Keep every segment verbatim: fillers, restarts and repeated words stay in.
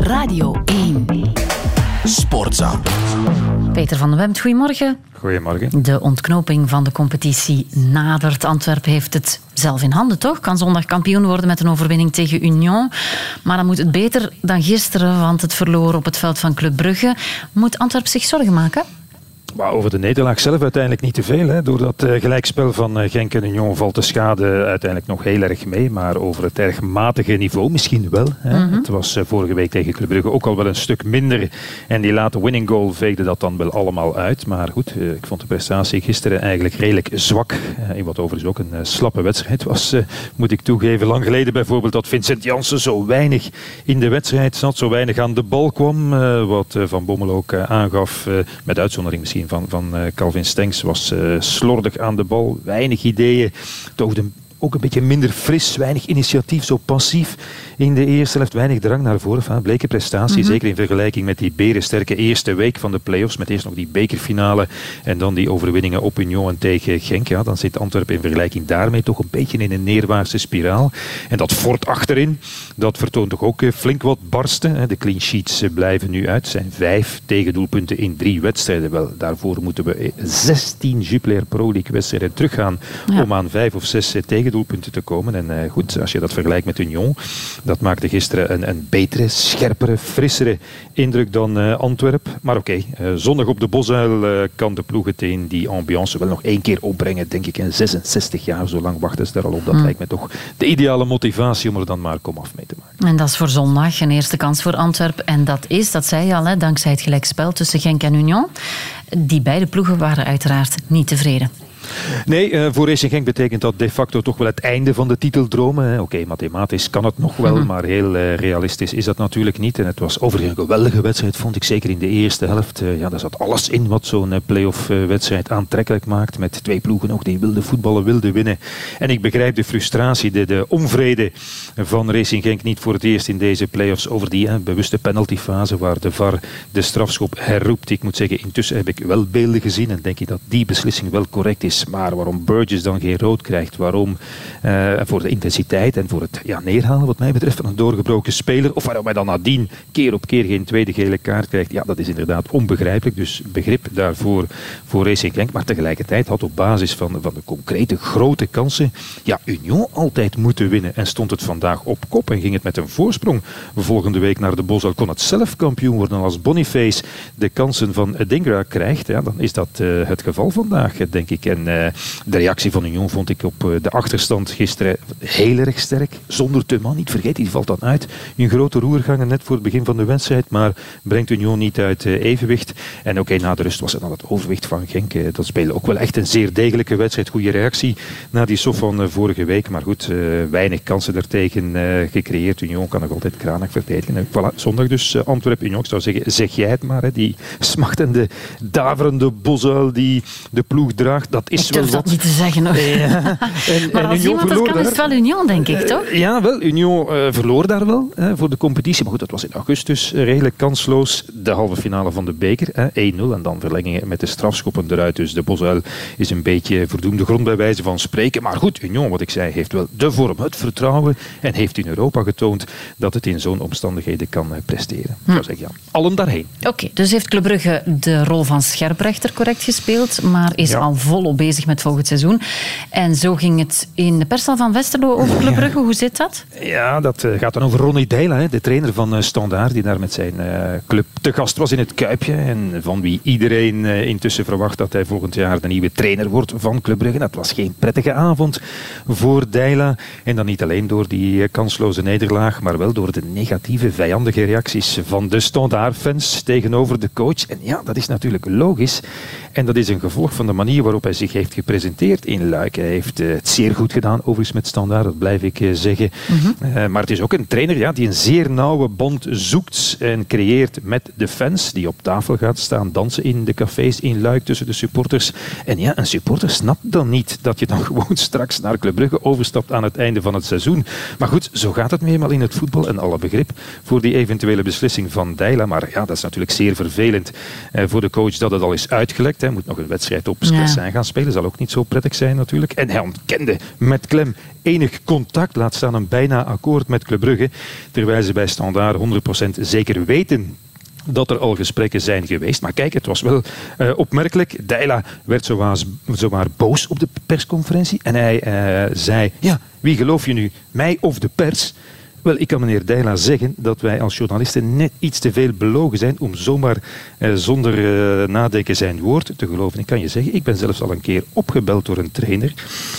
Radio één. Sportza. Peter van den Wemt, goedemorgen. Goedemorgen. De ontknoping van de competitie nadert. Antwerpen heeft het zelf in handen, toch? Kan zondag kampioen worden met een overwinning tegen Union. Maar dan moet het beter dan gisteren, want het verloor op het veld van Club Brugge. Moet Antwerpen zich zorgen maken? Maar over de nederlaag zelf uiteindelijk niet te veel. Hè. Door dat uh, gelijkspel van uh, Genk en Union valt de schade uiteindelijk nog heel erg mee. Maar over het erg matige niveau misschien wel. Hè. Mm-hmm. Het was uh, vorige week tegen Club Brugge ook al wel een stuk minder. En die late winning goal veegde dat dan wel allemaal uit. Maar goed, uh, ik vond de prestatie gisteren eigenlijk redelijk zwak. Uh, in wat overigens ook een uh, slappe wedstrijd was, uh, moet ik toegeven. Lang geleden bijvoorbeeld dat Vincent Janssen zo weinig in de wedstrijd zat. Zo weinig aan de bal kwam. Uh, wat uh, Van Bommel ook uh, aangaf. Uh, met uitzondering misschien van, van uh, Calvin Stengs was uh, slordig aan de bal, weinig ideeën, toch de, ook een beetje minder fris, weinig initiatief, zo passief in de eerste helft, weinig drang naar voren. Enfin, bleke prestatie, mm-hmm. Zeker in vergelijking met die berensterke eerste week van de play-offs, met eerst nog die bekerfinale en dan die overwinningen op Union en tegen Genk. Ja, dan zit Antwerpen in vergelijking daarmee toch een beetje in een neerwaartse spiraal. En dat fort achterin, dat vertoont toch ook flink wat barsten. De clean sheets blijven nu uit. Het zijn vijf tegendoelpunten in drie wedstrijden. Wel, daarvoor moeten we zestien Jupiler Pro League wedstrijden teruggaan ja. om aan vijf of zes tegendoelpunten te komen. En uh, goed, als je dat vergelijkt met Union, dat maakte gisteren een, een betere, scherpere, frissere indruk dan uh, Antwerpen. Maar oké, okay, uh, zondag op de Bosuil uh, kan de ploeg het in die ambiance wel nog één keer opbrengen, denk ik. En zesenzestig jaar, zo lang wachten ze daar al op. Dat hmm. lijkt me toch de ideale motivatie om er dan maar komaf mee te maken. En dat is voor zondag een eerste kans voor Antwerpen. En dat is, dat zei je al, hè, dankzij het gelijkspel tussen Genk en Union. Die beide ploegen waren uiteraard niet tevreden. Nee, uh, voor Racing Genk betekent dat de facto toch wel het einde van de titeldromen. Oké, okay, mathematisch kan het nog wel, mm-hmm. maar heel uh, realistisch is dat natuurlijk niet. En het was overigens een geweldige wedstrijd, vond ik, zeker in de eerste helft. Uh, ja, daar zat alles in wat zo'n uh, play-off uh, wedstrijd aantrekkelijk maakt. Met twee ploegen ook die wilden voetballen, wilden winnen. En ik begrijp de frustratie, de, de onvrede van Racing Genk niet voor het eerst in deze play-offs over die uh, bewuste penaltyfase waar de V A R de strafschop herroept. Ik moet zeggen, intussen heb ik wel beelden gezien en denk ik dat die beslissing wel correct is. Maar waarom Burgess dan geen rood krijgt, waarom uh, voor de intensiteit en voor het ja, neerhalen wat mij betreft van een doorgebroken speler, of waarom hij dan nadien keer op keer geen tweede gele kaart krijgt, ja, dat is inderdaad onbegrijpelijk. Dus begrip daarvoor voor Racing Genk. Maar tegelijkertijd had op basis van, van de concrete grote kansen ja, Union altijd moeten winnen. En stond het vandaag op kop en ging het met een voorsprong volgende week naar de Bosuil. Kon het zelf kampioen worden als Boniface de kansen van Adingra krijgt. Ja, dan is dat uh, het geval vandaag, denk ik. En uh, de reactie van Union vond ik op uh, de achterstand gisteren heel erg sterk. Zonder Thuman, niet vergeten, die valt dan uit. In grote roergangen net voor het begin van de wedstrijd, maar brengt Union niet uit uh, evenwicht. En oké, okay, na de rust was het dan het overwicht van Genk. Uh, dat speelde ook wel echt een zeer degelijke wedstrijd. Goede reactie na die sof van uh, vorige week. Maar goed, uh, weinig kansen daartegen uh, gecreëerd. Union kan nog altijd kranig verdedigen. En voilà, zondag dus uh, Antwerpen-Union. Ik zou zeggen, zeg jij het maar. Hè. Die smachtende, daverende Bosuil die de ploeg draagt. Dat is ik durf wel dat niet te zeggen hoor. Ja. En, maar en als Union iemand dat kan, daar, is het wel Union, denk ik, toch? Uh, ja, wel. Union uh, verloor daar wel uh, voor de competitie. Maar goed, dat was in augustus uh, redelijk kansloos. De halve finale van de beker, uh, één nul. En dan verlengingen met de strafschoppen eruit. Dus de Bosuil is een beetje verdoemde grond bij wijze van spreken. Maar goed, Union, wat ik zei, heeft wel de vorm, het vertrouwen. En heeft in Europa getoond dat het in zo'n omstandigheden kan uh, presteren. Hm. Zou zeggen, ja. Allen daarheen. Oké, okay, dus heeft Club Brugge de rol van scherprechter correct gespeeld. Maar is ja. al volop bezig met volgend seizoen. En zo ging het in de perszaal van Westerlo over Club Brugge. Hoe zit dat? Ja, dat uh, gaat dan over Ronny Deila, hè, de trainer van uh, Standaard, die daar met zijn uh, club te gast was in het Kuipje. En van wie iedereen uh, intussen verwacht dat hij volgend jaar de nieuwe trainer wordt van Club Brugge. Dat was geen prettige avond voor Deila. En dan niet alleen door die uh, kansloze nederlaag, maar wel door de negatieve, vijandige reacties van de Standaard-fans tegenover de coach. En ja, dat is natuurlijk logisch. En dat is een gevolg van de manier waarop hij zich heeft gepresenteerd in Luik. Hij heeft uh, het zeer goed gedaan, overigens met Standaard, dat blijf ik uh, zeggen. Mm-hmm. Uh, maar het is ook een trainer ja, die een zeer nauwe band zoekt en creëert met de fans, die op tafel gaat staan, dansen in de cafés in Luik tussen de supporters. En ja, een supporter snapt dan niet dat je dan gewoon straks naar Club Brugge overstapt aan het einde van het seizoen. Maar goed, zo gaat het nu eenmaal in het voetbal en alle begrip voor die eventuele beslissing van Deila. Maar ja, dat is natuurlijk zeer vervelend uh, voor de coach dat het al is uitgelekt. Hij moet nog een wedstrijd op Sclessin ja. gaan spelen. spelen. Zal ook niet zo prettig zijn natuurlijk. En hij ontkende met klem enig contact, laat staan een bijna akkoord met Club Brugge, terwijl ze bij Standaard honderd procent zeker weten dat er al gesprekken zijn geweest. Maar kijk, het was wel uh, opmerkelijk. Deila werd zowaar, zowaar boos op de persconferentie en hij uh, zei, ja, wie geloof je nu, mij of de pers? Wel, ik kan meneer Deila zeggen dat wij als journalisten net iets te veel belogen zijn om zomaar eh, zonder uh, nadenken zijn woord te geloven. Ik kan je zeggen, ik ben zelfs al een keer opgebeld door een trainer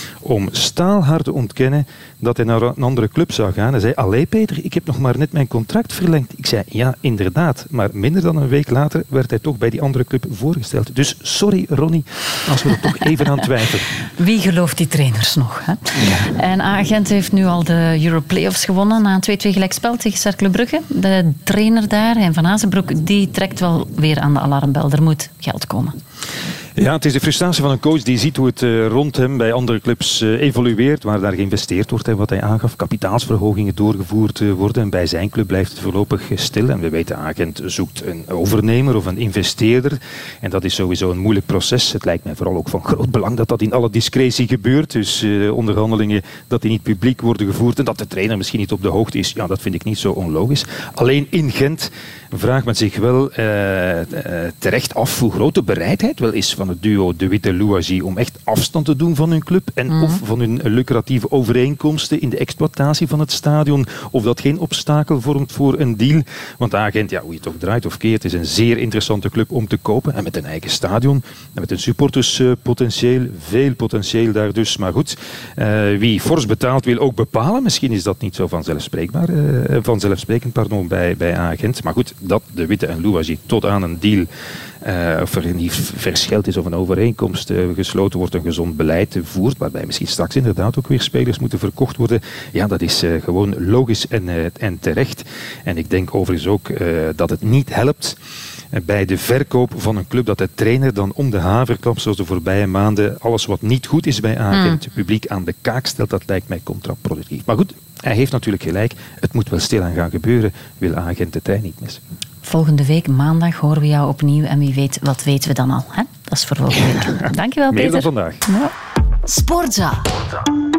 om staalhard te ontkennen dat hij naar een andere club zou gaan. Hij zei, allee Peter, ik heb nog maar net mijn contract verlengd. Ik zei, ja, inderdaad. Maar minder dan een week later werd hij toch bij die andere club voorgesteld. Dus sorry Ronnie, als we er toch even aan twijfelen. Wie gelooft die trainers nog? Hè? Ja. En Agent heeft nu al de Euro Playoffs gewonnen na een twee-twee gelijkspel tegen Cercle Brugge. De trainer daar, Hein van Azenbroek, die trekt wel weer aan de alarmbel. Er moet geld komen. Ja, het is de frustratie van een coach die ziet hoe het uh, rond hem bij andere clubs uh, evolueert, waar daar geïnvesteerd wordt, hè, wat hij aangaf, kapitaalsverhogingen doorgevoerd uh, worden. En bij zijn club blijft het voorlopig stil. En we weten, Agent zoekt een overnemer of een investeerder. En dat is sowieso een moeilijk proces. Het lijkt mij vooral ook van groot belang dat dat in alle discretie gebeurt. Dus uh, onderhandelingen, dat die niet publiek worden gevoerd en dat de trainer misschien niet op de hoogte is. Ja, dat vind ik niet zo onlogisch. Alleen in Gent vraagt men zich wel uh, uh, terecht af hoe groot de bereidheid wel is van het duo De Witte-Louwagie om echt afstand te doen van hun club en mm. of van hun lucratieve overeenkomsten in de exploitatie van het stadion, of dat geen obstakel vormt voor een deal. Want Agent, ja, hoe je het ook draait of keert, is een zeer interessante club om te kopen en met een eigen stadion en met een supporterspotentieel, veel potentieel daar dus. Maar goed, uh, wie fors betaalt wil ook bepalen. Misschien is dat niet zo vanzelfsprekbaar, uh, vanzelfsprekend pardon, bij, bij Agent. Maar goed, dat De Witte en Louwagie tot aan een deal Uh, of er niet verschilt is of een overeenkomst uh, gesloten wordt, een gezond beleid voert, waarbij misschien straks inderdaad ook weer spelers moeten verkocht worden. Ja, dat is uh, gewoon logisch en, uh, en terecht. En ik denk overigens ook uh, dat het niet helpt uh, bij de verkoop van een club dat de trainer dan om de haverklap, zoals de voorbije maanden, alles wat niet goed is bij Agent, mm. publiek aan de kaak stelt. Dat lijkt mij contraproductief. Maar goed, hij heeft natuurlijk gelijk. Het moet wel stilaan gaan gebeuren, wil Agent de trein niet missen. Volgende week, maandag, horen we jou opnieuw. En wie weet, wat weten we dan al? Hè? Dat is voor volgende week. Dankjewel, Peter. Meer dan vandaag. Ja. Sportza.